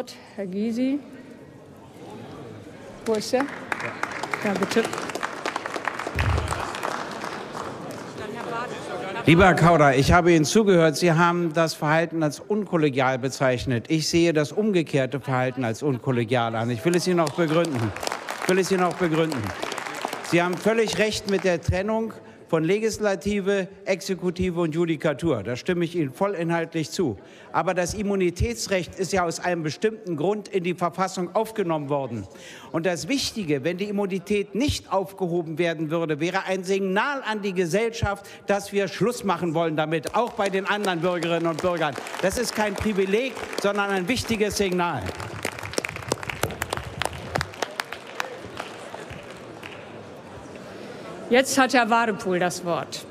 Wort Herr Gysi. Wo ist er? Ja, bitte. Lieber Herr Kauder, ich habe Ihnen zugehört. Sie haben das Verhalten als unkollegial bezeichnet. Ich sehe das umgekehrte Verhalten als unkollegial an. Ich will es Ihnen auch begründen. Sie haben völlig recht mit der Trennung von Legislative, Exekutive und Judikatur. Da stimme ich Ihnen vollinhaltlich zu. Aber das Immunitätsrecht ist ja aus einem bestimmten Grund in die Verfassung aufgenommen worden. Und das Wichtige, wenn die Immunität nicht aufgehoben werden würde, wäre ein Signal an die Gesellschaft, dass wir Schluss machen wollen damit, auch bei den anderen Bürgerinnen und Bürgern. Das ist kein Privileg, sondern ein wichtiges Signal. Jetzt hat Herr Wadepool das Wort.